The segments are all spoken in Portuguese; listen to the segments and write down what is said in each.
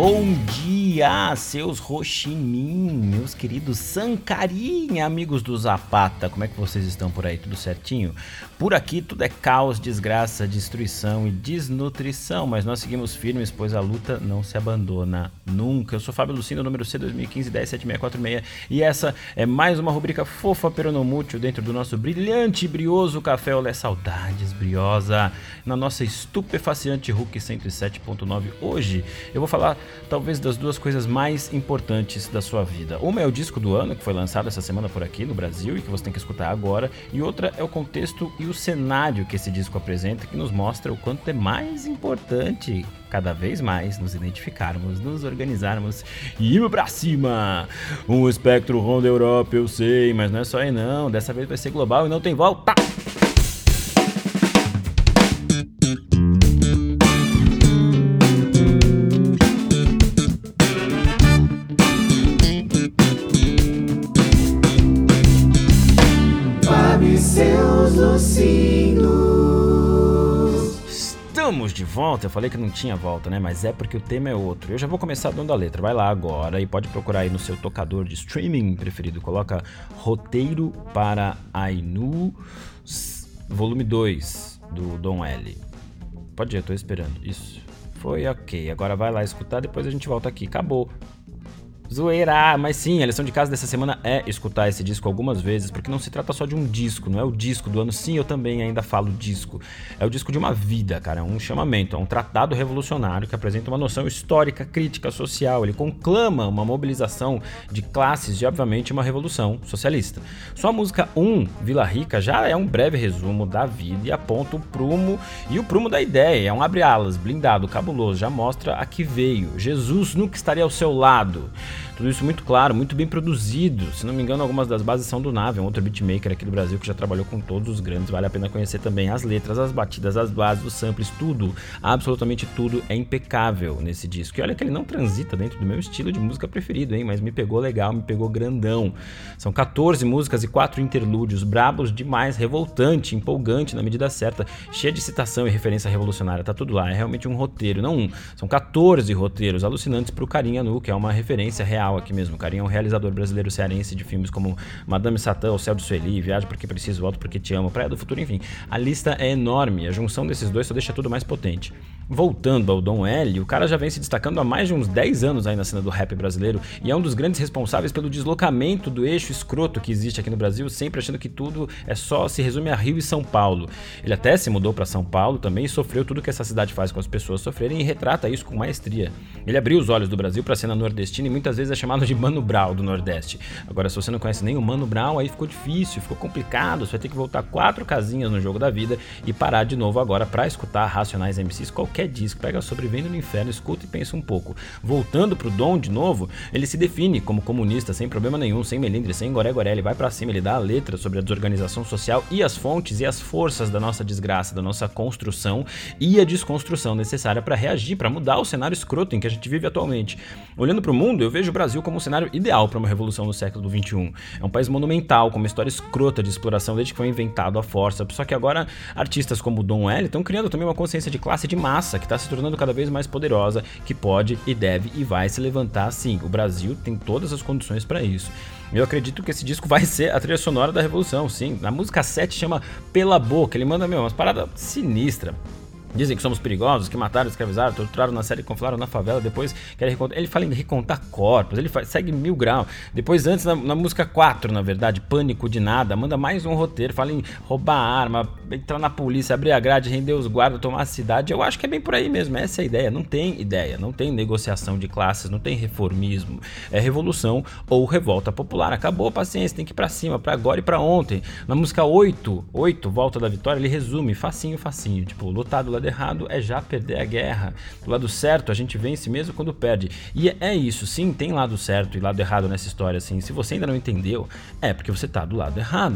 Bom dia, seus Roxinim, meus queridos Sankarinha, amigos do Zapata. Como é que vocês estão por aí? Tudo certinho? Por aqui tudo é caos, desgraça, destruição e desnutrição, mas nós seguimos firmes, pois a luta não se abandona nunca. Eu sou Fábio Lucindo, número C 2015-107646, e essa é mais uma rubrica fofa peronomútil dentro do nosso brilhante e brioso Café Olé Saudades Briosa, na nossa estupefaciente Hulk 107.9. Hoje eu vou falar talvez das duas coisas mais importantes da sua vida. Uma é o disco do ano, que foi lançado essa semana por aqui no Brasil e que você tem que escutar agora, e outra é o contexto e o cenário que esse disco apresenta, que nos mostra o quanto é mais importante cada vez mais nos identificarmos, nos organizarmos e irmos pra cima. Um espectro Ronda Europa, eu sei, mas não é só aí não, dessa vez vai ser global e não tem volta. Estamos de volta, eu falei que não tinha volta, né? Mas é porque o tema é outro. Eu já vou começar dando a letra, vai lá agora e pode procurar aí no seu tocador de streaming preferido. Coloca Roteiro para Ainu, volume 2 do Dom L. Pode ir, eu tô esperando. Isso, foi ok. Agora vai lá escutar, depois a gente volta aqui. Acabou. Zoeira, mas sim, a lição de casa dessa semana é escutar esse disco algumas vezes, porque não se trata só de um disco, não é o disco do ano, sim, eu também ainda falo disco, é o disco de uma vida, cara, é um chamamento, é um tratado revolucionário que apresenta uma noção histórica, crítica, social, ele conclama uma mobilização de classes e, obviamente, uma revolução socialista. Sua música 1, Vila Rica, já é um breve resumo da vida e aponta o prumo e o prumo da ideia, é um abre-alas, blindado, cabuloso, já mostra a que veio, Jesus nunca estaria ao seu lado. Tudo isso muito claro, muito bem produzido. Se não me engano, algumas das bases são do Nave, um outro beatmaker aqui do Brasil que já trabalhou com todos os grandes. Vale a pena conhecer também as letras, as batidas, as bases, os samples, tudo, absolutamente tudo é impecável nesse disco. E olha que ele não transita dentro do meu estilo de música preferido, hein? Mas me pegou legal, me pegou grandão. São 14 músicas e 4 interlúdios, brabos demais, revoltante, empolgante na medida certa, cheia de citação e referência revolucionária, tá tudo lá. É realmente um roteiro, não um. São 14 roteiros alucinantes pro Carinha Nu, que é uma referência real aqui mesmo. Carinha é um realizador brasileiro cearense de filmes como Madame Satã, O Céu de Sueli, Viagem Porque Preciso, Volto Porque Te Amo, Praia do Futuro, enfim. A lista é enorme, a junção desses dois só deixa tudo mais potente. Voltando ao Dom L, o cara já vem se destacando há mais de uns 10 anos aí na cena do rap brasileiro e é um dos grandes responsáveis pelo deslocamento do eixo escroto que existe aqui no Brasil, sempre achando que tudo é só se resume a Rio e São Paulo. Ele até se mudou para São Paulo também e sofreu tudo que essa cidade faz com as pessoas sofrerem e retrata isso com maestria. Ele abriu os olhos do Brasil para a cena nordestina e muitas vezes é chamado de Mano Brown do Nordeste. Agora, se você não conhece nem o Mano Brown, aí ficou difícil, ficou complicado, você vai ter que voltar 4 casinhas no jogo da vida e parar de novo agora para escutar Racionais MCs, qualquer disco, pega Sobrevivendo no Inferno, escuta e pensa um pouco. Voltando pro Dom de novo, ele se define como comunista sem problema nenhum, sem melindre, sem goré-goré, ele vai pra cima, ele dá a letra sobre a desorganização social e as fontes e as forças da nossa desgraça, da nossa construção e a desconstrução necessária para reagir, para mudar o cenário escroto em que a gente vive atualmente. Olhando pro mundo, eu vejo o Brasil como um cenário ideal para uma revolução no século XXI. É um país monumental, com uma história escrota de exploração desde que foi inventado a força, só que agora artistas como o Dom L estão criando também uma consciência de classe de massa que está se tornando cada vez mais poderosa, que pode e deve e vai se levantar sim. O Brasil tem todas as condições para isso. Eu acredito que esse disco vai ser a trilha sonora da revolução, sim. A música 7 chama Pela Boca, ele manda umas paradas sinistras. Dizem que somos perigosos, que mataram, escravizaram, torturaram na série, conflaram na favela, depois querem recontar. Ele fala em recontar corpos, ele segue 1000 graus. Depois, antes, na música 4, na verdade, Pânico de Nada, manda mais um roteiro, fala em roubar arma, entrar na polícia, abrir a grade, render os guardas, tomar a cidade. Eu acho que é bem por aí mesmo, essa é a ideia. Não tem negociação de classes, não tem reformismo. É revolução ou revolta popular. Acabou a paciência, tem que ir pra cima, pra agora e pra ontem. Na música 8, Volta da Vitória, ele resume, facinho, tipo, lutado lá errado é já perder a guerra. Do lado certo, a gente vence mesmo quando perde. E é isso, sim, tem lado certo e lado errado nessa história, assim. Se você ainda não entendeu, é porque você tá do lado errado.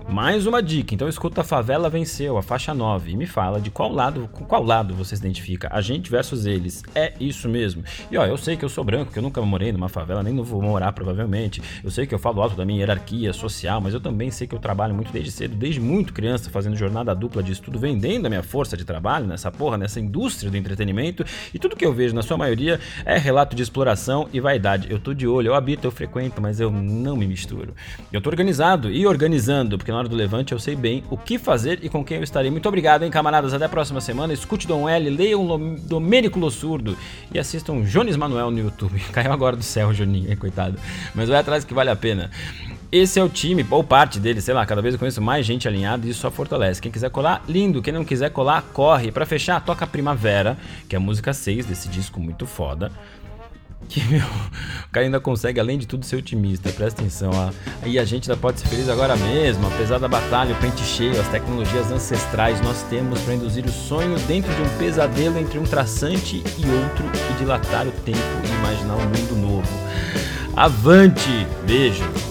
Mais uma dica, então escuta a Favela Venceu, a faixa 9, e me fala com qual lado você se identifica, a gente versus eles, é isso mesmo. E ó, eu sei que eu sou branco, que eu nunca morei numa favela, nem não vou morar provavelmente, eu sei que eu falo alto da minha hierarquia social, mas eu também sei que eu trabalho muito desde cedo, desde muito criança, fazendo jornada dupla de estudo, vendendo a minha força de trabalho nessa indústria do entretenimento, e tudo que eu vejo, na sua maioria, é relato de exploração e vaidade. Eu tô de olho, eu habito, eu frequento, mas eu não me misturo. Eu tô organizado e organizando, porque na hora do levante eu sei bem o que fazer e com quem eu estarei. Muito obrigado, hein, camaradas, até a próxima semana. Escute Dom L, leiam Domênico Lossurdo e assistam Jones Manuel no YouTube. Caiu agora do céu, Joninho, hein, coitado. Mas vai atrás que vale a pena. Esse é o time, ou parte dele, sei lá, cada vez eu conheço mais gente alinhada e isso só fortalece. Quem quiser colar, lindo. Quem não quiser colar, corre. Pra fechar, toca Primavera, que é a música 6 desse disco muito foda. Que, meu, o cara ainda consegue, além de tudo, ser otimista, presta atenção, ó. E a gente ainda pode ser feliz agora mesmo, apesar da batalha, o pente cheio, as tecnologias ancestrais nós temos para induzir o sonho dentro de um pesadelo entre um traçante e outro e dilatar o tempo e imaginar um mundo novo. Avante! Beijo!